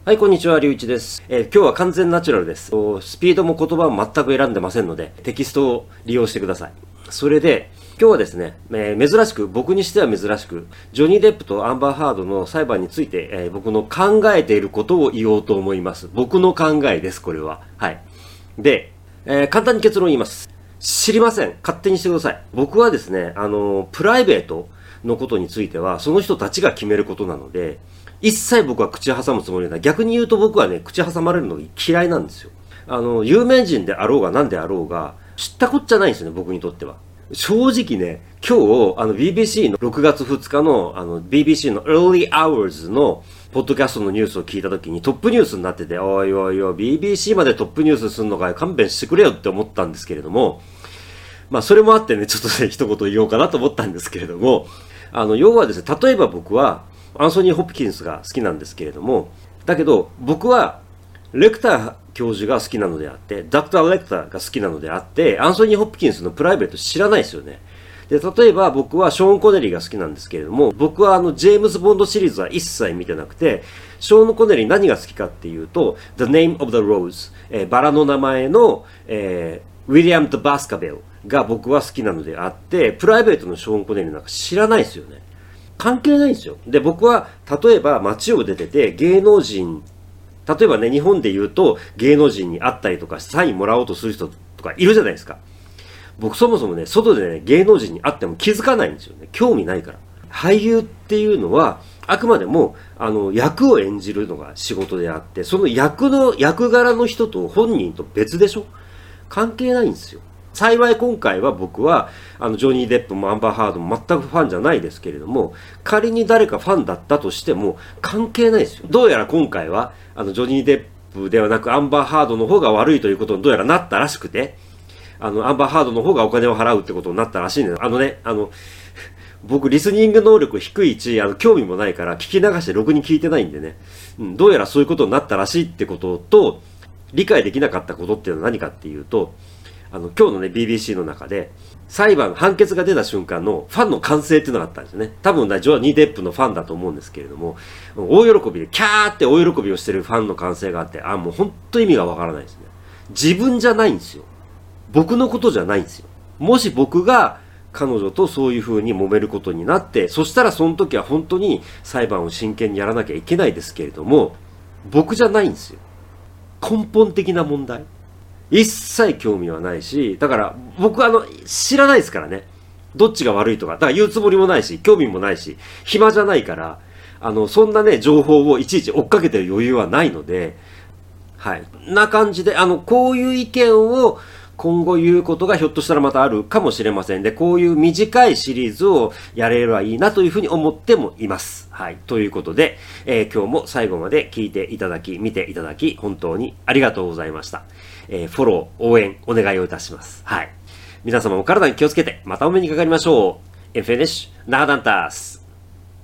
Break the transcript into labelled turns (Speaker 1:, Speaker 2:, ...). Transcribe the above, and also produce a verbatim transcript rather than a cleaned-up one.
Speaker 1: はい、こんにちは、りゅういちです。えー今日は完全ナチュラルです。おスピードも言葉も全く選んでませんので、テキストを利用してください。それで、今日はですね、えー珍しく、僕にしては珍しく、ジョニー・デップとアンバー・ハードの裁判について、えー僕の考えていることを言おうと思います。僕の考えです、これは。はい。で、えー簡単に結論言います。知りません。勝手にしてください。僕はですね、あの、プライベートのことについては、その人たちが決めることなので、一切僕は口挟むつもりない。逆に言うと僕はね、口挟まれるの嫌いなんですよ。あの、有名人であろうが何であろうが、知ったこっちゃないんですよね、僕にとっては。正直ね、今日、あの、ビービーシー のろくがつふつかの、あの、ビービーシー の Early Hours の、ポッドキャストのニュースを聞いたときにトップニュースになってて、おいおいおい、ビービーシー までトップニュースすんのかよ、勘弁してくれよって思ったんですけれども、まあ、それもあってね、ちょっとね、一言言おうかなと思ったんですけれども、あの、要はですね、例えば僕は、アンソニー・ホプキンスが好きなんですけれども、だけど、僕は、レクター教授が好きなのであって、ダクター・レクターが好きなのであって、アンソニー・ホプキンスのプライベート知らないですよね。で、例えば僕はショーン・コネリーが好きなんですけれども、僕はあの、ジェームズ・ボンドシリーズは一切見てなくて、ショーン・コネリー何が好きかっていうと、The Name of the Rose、えーバラの名前の、えーウィリアム・ド・バスカベルが僕は好きなのであって、プライベートのショーン・コネリーなんか知らないですよね。関係ないんですよ。で、僕は、例えば街を出てて芸能人、例えばね、日本で言うと芸能人に会ったりとかサインもらおうとする人とかいるじゃないですか。僕そもそもね、外でね、芸能人に会っても気づかないんですよね。興味ないから。俳優っていうのは、あくまでも、あの、役を演じるのが仕事であって、その役の、役柄の人と本人と別でしょ？関係ないんですよ。幸い今回は僕は、あの、ジョニー・デップもアンバー・ハードも全くファンじゃないですけれども、仮に誰かファンだったとしても、関係ないですよ。どうやら今回は、あの、ジョニー・デップではなくアンバー・ハードの方が悪いということにどうやらなったらしくて、あの、アンバー・ハードの方がお金を払うってことになったらしいんだよ。あのね、あの、僕、リスニング能力低いし、あの、興味もないから、聞き流してろくに聞いてないんでね、うん、どうやらそういうことになったらしいってことと、理解できなかったことっていうのは何かっていうと、あの、今日のね、ビービーシー の中で、裁判、判決が出た瞬間のファンの歓声っていうのがあったんですよね。多分ね、ジョニー・デップのファンだと思うんですけれども、大喜びで、キャーって大喜びをしてるファンの歓声があって、あ、もう本当意味がわからないですね。自分じゃないんですよ。僕のことじゃないんですよ。もし僕が彼女とそういう風に揉めることになって、そしたらその時は本当に裁判を真剣にやらなきゃいけないですけれども、僕じゃないんですよ。根本的な問題。一切興味はないし、だから僕はあの、知らないですからね。どっちが悪いとか、だから言うつもりもないし、興味もないし、暇じゃないから、あの、そんなね、情報をいちいち追っかけてる余裕はないので、はい。な感じで、あの、こういう意見を今後言うことがひょっとしたらまたあるかもしれませんで、こういう短いシリーズをやれればいいなというふうに思ってもいます。はい。ということで、えー今日も最後まで聞いていただき、見ていただき、本当にありがとうございました。えーフォロー、応援、お願いをいたします。はい。皆様お体に気をつけて、またお目にかかりましょう。エンフェネッシュ、ナーダンタス。